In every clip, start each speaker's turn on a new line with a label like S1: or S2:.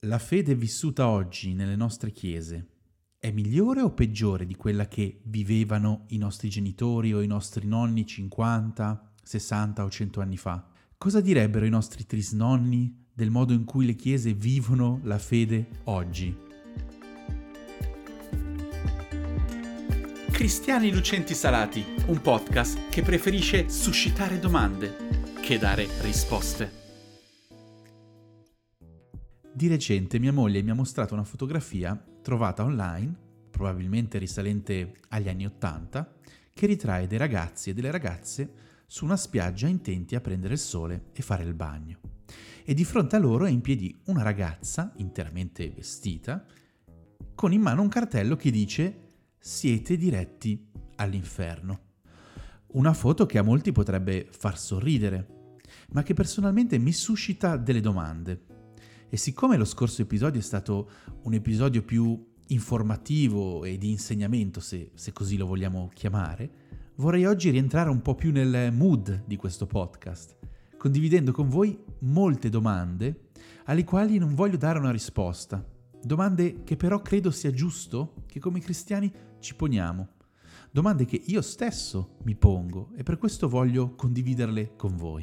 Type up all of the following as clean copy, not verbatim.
S1: La fede vissuta oggi nelle nostre chiese è migliore o peggiore di quella che vivevano i nostri genitori o i nostri nonni 50, 60 o 100 anni fa? Cosa direbbero i nostri trisnonni del modo in cui le chiese vivono la fede oggi?
S2: Cristiani Lucenti Salati, un podcast che preferisce suscitare domande che dare risposte.
S1: Di recente mia moglie mi ha mostrato una fotografia trovata online, probabilmente risalente agli anni '80, che ritrae dei ragazzi e delle ragazze su una spiaggia intenti a prendere il sole e fare il bagno. E di fronte a loro è in piedi una ragazza, interamente vestita, con in mano un cartello che dice «Siete diretti all'inferno». Una foto che a molti potrebbe far sorridere, ma che personalmente mi suscita delle domande. E siccome lo scorso episodio è stato un episodio più informativo e di insegnamento, se così lo vogliamo chiamare, vorrei oggi rientrare un po' più nel mood di questo podcast, condividendo con voi molte domande alle quali non voglio dare una risposta. Domande che però credo sia giusto che come cristiani ci poniamo. Domande che io stesso mi pongo e per questo voglio condividerle con voi.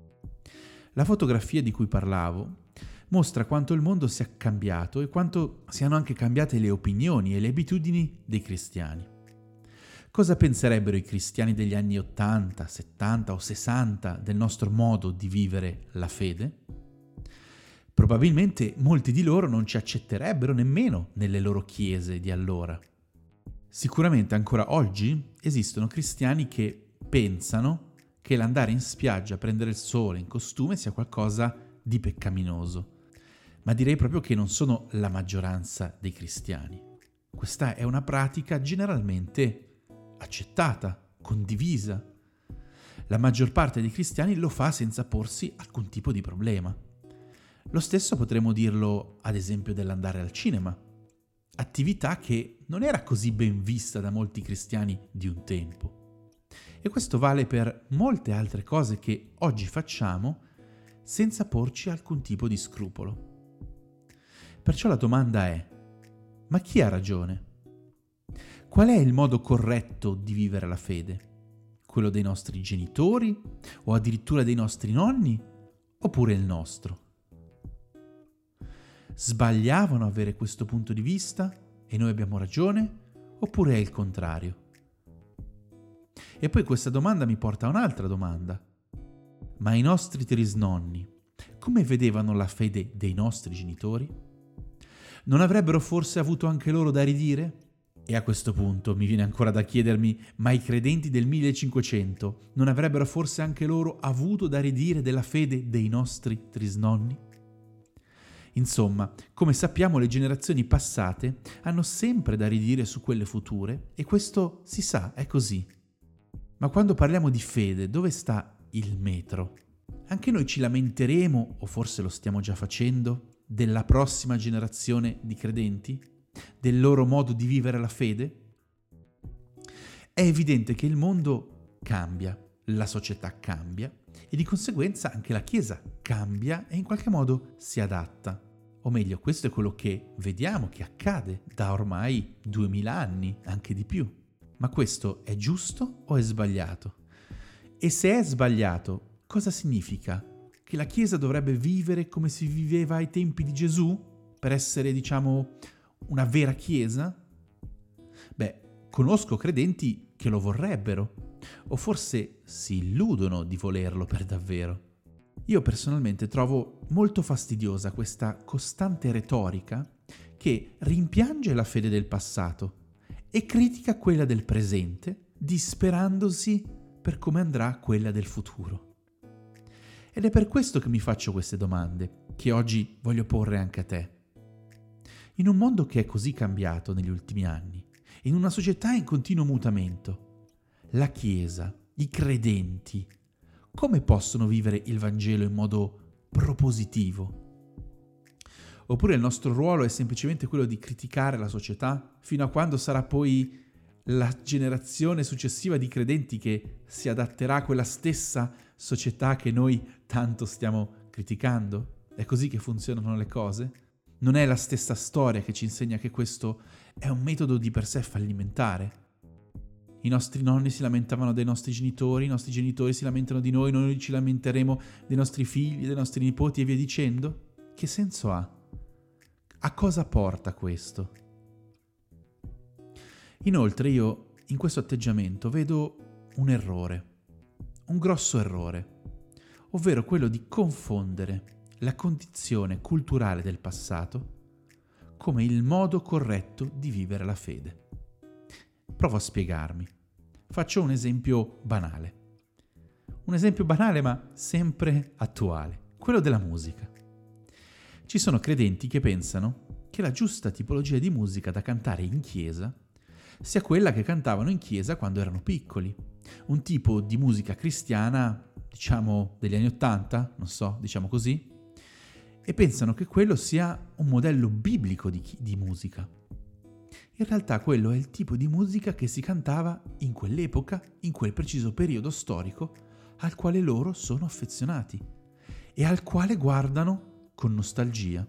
S1: La fotografia di cui parlavo mostra quanto il mondo sia cambiato e quanto siano anche cambiate le opinioni e le abitudini dei cristiani. Cosa penserebbero i cristiani degli anni 80, 70 o 60 del nostro modo di vivere la fede? Probabilmente molti di loro non ci accetterebbero nemmeno nelle loro chiese di allora. Sicuramente ancora oggi esistono cristiani che pensano che l'andare in spiaggia a prendere il sole in costume sia qualcosa di peccaminoso. Ma direi proprio che non sono la maggioranza dei cristiani. Questa è una pratica generalmente accettata, condivisa. La maggior parte dei cristiani lo fa senza porsi alcun tipo di problema. Lo stesso potremmo dirlo, ad esempio, dell'andare al cinema, attività che non era così ben vista da molti cristiani di un tempo. E questo vale per molte altre cose che oggi facciamo senza porci alcun tipo di scrupolo. Perciò la domanda è: ma chi ha ragione? Qual è il modo corretto di vivere la fede? Quello dei nostri genitori o addirittura dei nostri nonni oppure il nostro? Sbagliavano avere questo punto di vista e noi abbiamo ragione oppure è il contrario? E poi questa domanda mi porta a un'altra domanda. Ma i nostri trisnonni come vedevano la fede dei nostri genitori? Non avrebbero forse avuto anche loro da ridire? E a questo punto mi viene ancora da chiedermi, ma i credenti del 1500 non avrebbero forse anche loro avuto da ridire della fede dei nostri trisnonni? Insomma, come sappiamo, le generazioni passate hanno sempre da ridire su quelle future e questo si sa, è così. Ma quando parliamo di fede, dove sta il metro? Anche noi ci lamenteremo, o forse lo stiamo già facendo, della prossima generazione di credenti? Del loro modo di vivere la fede? È evidente che il mondo cambia, la società cambia e di conseguenza anche la Chiesa cambia e in qualche modo si adatta. O meglio, questo è quello che vediamo che accade da ormai 2000 anni, anche di più. Ma questo è giusto o è sbagliato? E se è sbagliato, cosa significa? Che la Chiesa dovrebbe vivere come si viveva ai tempi di Gesù per essere, una vera Chiesa? Beh, conosco credenti che lo vorrebbero, o forse si illudono di volerlo per davvero. Io personalmente trovo molto fastidiosa questa costante retorica che rimpiange la fede del passato e critica quella del presente, disperandosi per come andrà quella del futuro. Ed è per questo che mi faccio queste domande, che oggi voglio porre anche a te. In un mondo che è così cambiato negli ultimi anni, in una società in continuo mutamento, la Chiesa, i credenti, come possono vivere il Vangelo in modo propositivo? Oppure il nostro ruolo è semplicemente quello di criticare la società fino a quando sarà poi la generazione successiva di credenti che si adatterà a quella stessa società che noi tanto stiamo criticando? È così che funzionano le cose? Non è la stessa storia che ci insegna che questo è un metodo di per sé fallimentare. I nostri nonni si lamentavano dei nostri genitori, i nostri genitori si lamentano di noi ci lamenteremo dei nostri figli, dei nostri nipoti e via dicendo? Che senso ha? A cosa porta questo? Inoltre io in questo atteggiamento vedo un errore, un grosso errore, ovvero quello di confondere la condizione culturale del passato come il modo corretto di vivere la fede. Provo a spiegarmi. Faccio un esempio banale. Un esempio banale ma sempre attuale, quello della musica. Ci sono credenti che pensano che la giusta tipologia di musica da cantare in chiesa sia quella che cantavano in chiesa quando erano piccoli. Un tipo di musica cristiana, diciamo degli anni '80, non so, diciamo così, e pensano che quello sia un modello biblico di musica. In realtà quello è il tipo di musica che si cantava in quell'epoca, in quel preciso periodo storico, al quale loro sono affezionati e al quale guardano con nostalgia.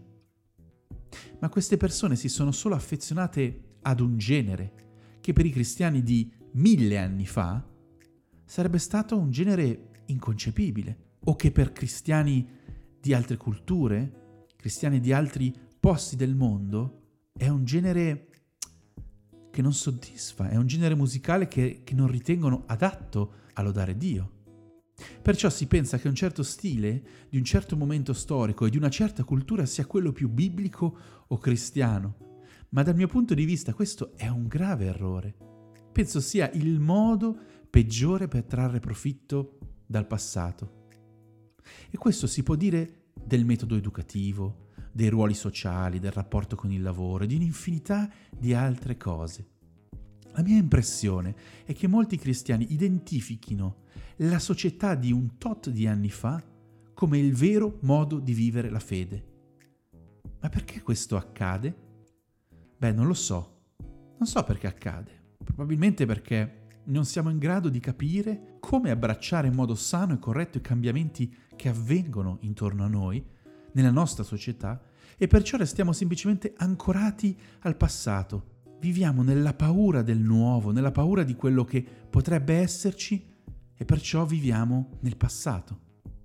S1: Ma queste persone si sono solo affezionate ad un genere che per i cristiani di 1000 anni fa sarebbe stato un genere inconcepibile, o che per cristiani di altre culture, cristiani di altri posti del mondo, è un genere che non soddisfa, è un genere musicale che non ritengono adatto a lodare Dio. Perciò si pensa che un certo stile, di un certo momento storico e di una certa cultura sia quello più biblico o cristiano. Ma dal mio punto di vista questo è un grave errore. Penso sia il modo peggiore per trarre profitto dal passato. E questo si può dire del metodo educativo, dei ruoli sociali, del rapporto con il lavoro e di un'infinità di altre cose. La mia impressione è che molti cristiani identifichino la società di un tot di anni fa come il vero modo di vivere la fede. Ma perché questo accade? Beh, non lo so. Non so perché accade. Probabilmente perché non siamo in grado di capire come abbracciare in modo sano e corretto i cambiamenti che avvengono intorno a noi, nella nostra società, e perciò restiamo semplicemente ancorati al passato. Viviamo nella paura del nuovo, nella paura di quello che potrebbe esserci, e perciò viviamo nel passato.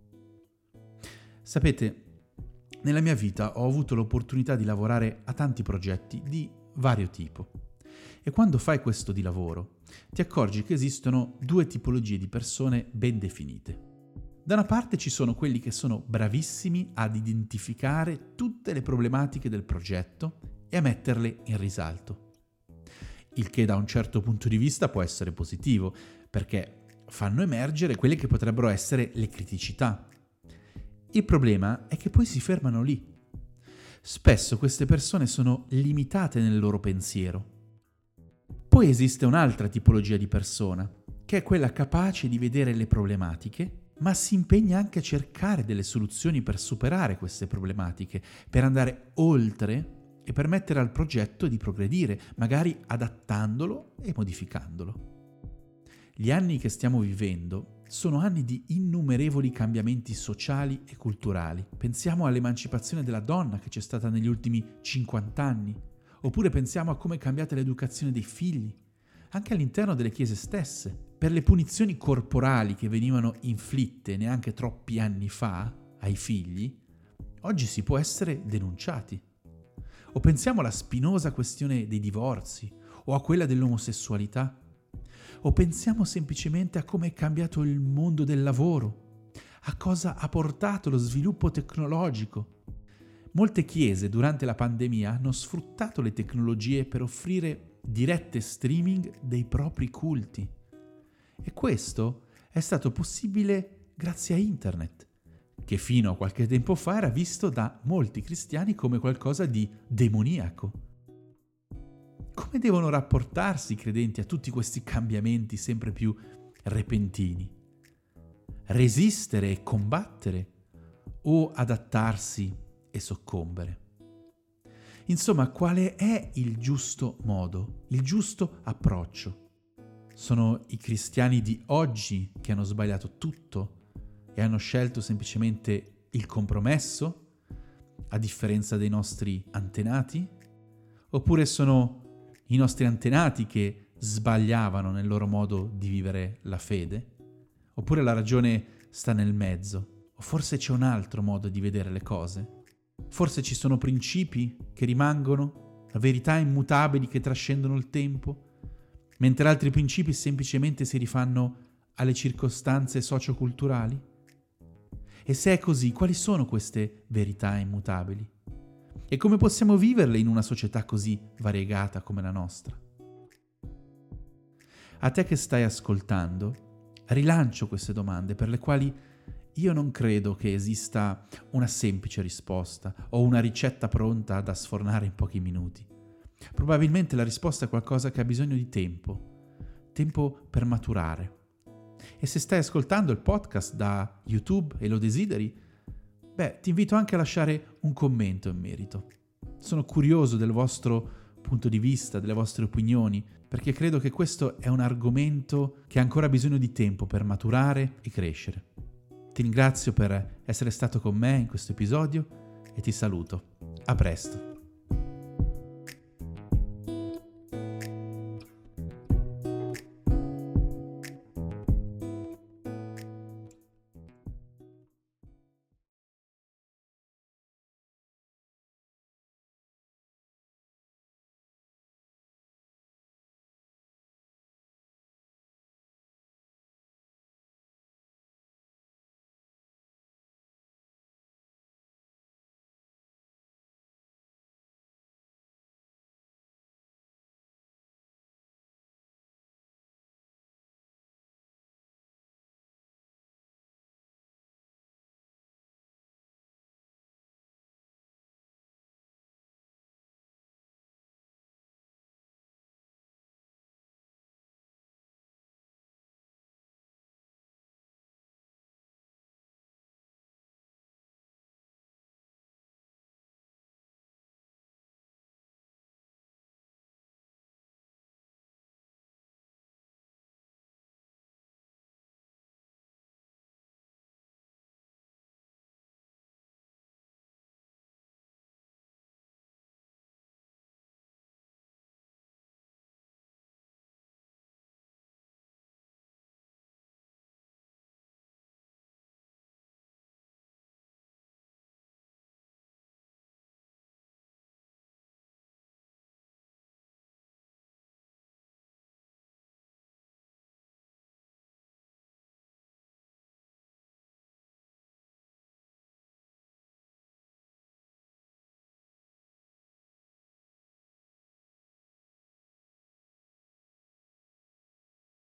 S1: Sapete, nella mia vita ho avuto l'opportunità di lavorare a tanti progetti di vario tipo. E quando fai questo di lavoro, ti accorgi che esistono due tipologie di persone ben definite. Da una parte ci sono quelli che sono bravissimi ad identificare tutte le problematiche del progetto e a metterle in risalto. Il che da un certo punto di vista può essere positivo, perché fanno emergere quelle che potrebbero essere le criticità. Il problema è che poi si fermano lì. Spesso queste persone sono limitate nel loro pensiero. Poi esiste un'altra tipologia di persona, che è quella capace di vedere le problematiche, ma si impegna anche a cercare delle soluzioni per superare queste problematiche, per andare oltre e permettere al progetto di progredire, magari adattandolo e modificandolo. Gli anni che stiamo vivendo sono anni di innumerevoli cambiamenti sociali e culturali. Pensiamo all'emancipazione della donna che c'è stata negli ultimi 50 anni, oppure pensiamo a come è cambiata l'educazione dei figli, anche all'interno delle chiese stesse, per le punizioni corporali che venivano inflitte neanche troppi anni fa ai figli, oggi si può essere denunciati. O pensiamo alla spinosa questione dei divorzi, o a quella dell'omosessualità, o pensiamo semplicemente a come è cambiato il mondo del lavoro, a cosa ha portato lo sviluppo tecnologico. Molte chiese durante la pandemia hanno sfruttato le tecnologie per offrire dirette streaming dei propri culti. E questo è stato possibile grazie a internet, che fino a qualche tempo fa era visto da molti cristiani come qualcosa di demoniaco. Come devono rapportarsi i credenti a tutti questi cambiamenti sempre più repentini? Resistere e combattere o adattarsi e soccombere? Insomma, quale è il giusto modo, il giusto approccio? Sono i cristiani di oggi che hanno sbagliato tutto e hanno scelto semplicemente il compromesso? a differenza dei nostri antenati? Oppure sono i nostri antenati che sbagliavano nel loro modo di vivere la fede? Oppure la ragione sta nel mezzo? O forse c'è un altro modo di vedere le cose? Forse ci sono principi che rimangono, verità immutabili che trascendono il tempo, mentre altri principi semplicemente si rifanno alle circostanze socioculturali? E se è così, quali sono queste verità immutabili? E come possiamo viverle in una società così variegata come la nostra? A te che stai ascoltando, rilancio queste domande per le quali io non credo che esista una semplice risposta o una ricetta pronta da sfornare in pochi minuti. Probabilmente la risposta è qualcosa che ha bisogno di tempo per maturare. E se stai ascoltando il podcast da YouTube e lo desideri, ti invito anche a lasciare un commento in merito. Sono curioso del vostro punto di vista, delle vostre opinioni, perché credo che questo è un argomento che ha ancora bisogno di tempo per maturare e crescere. Ti ringrazio per essere stato con me in questo episodio e ti saluto. A presto.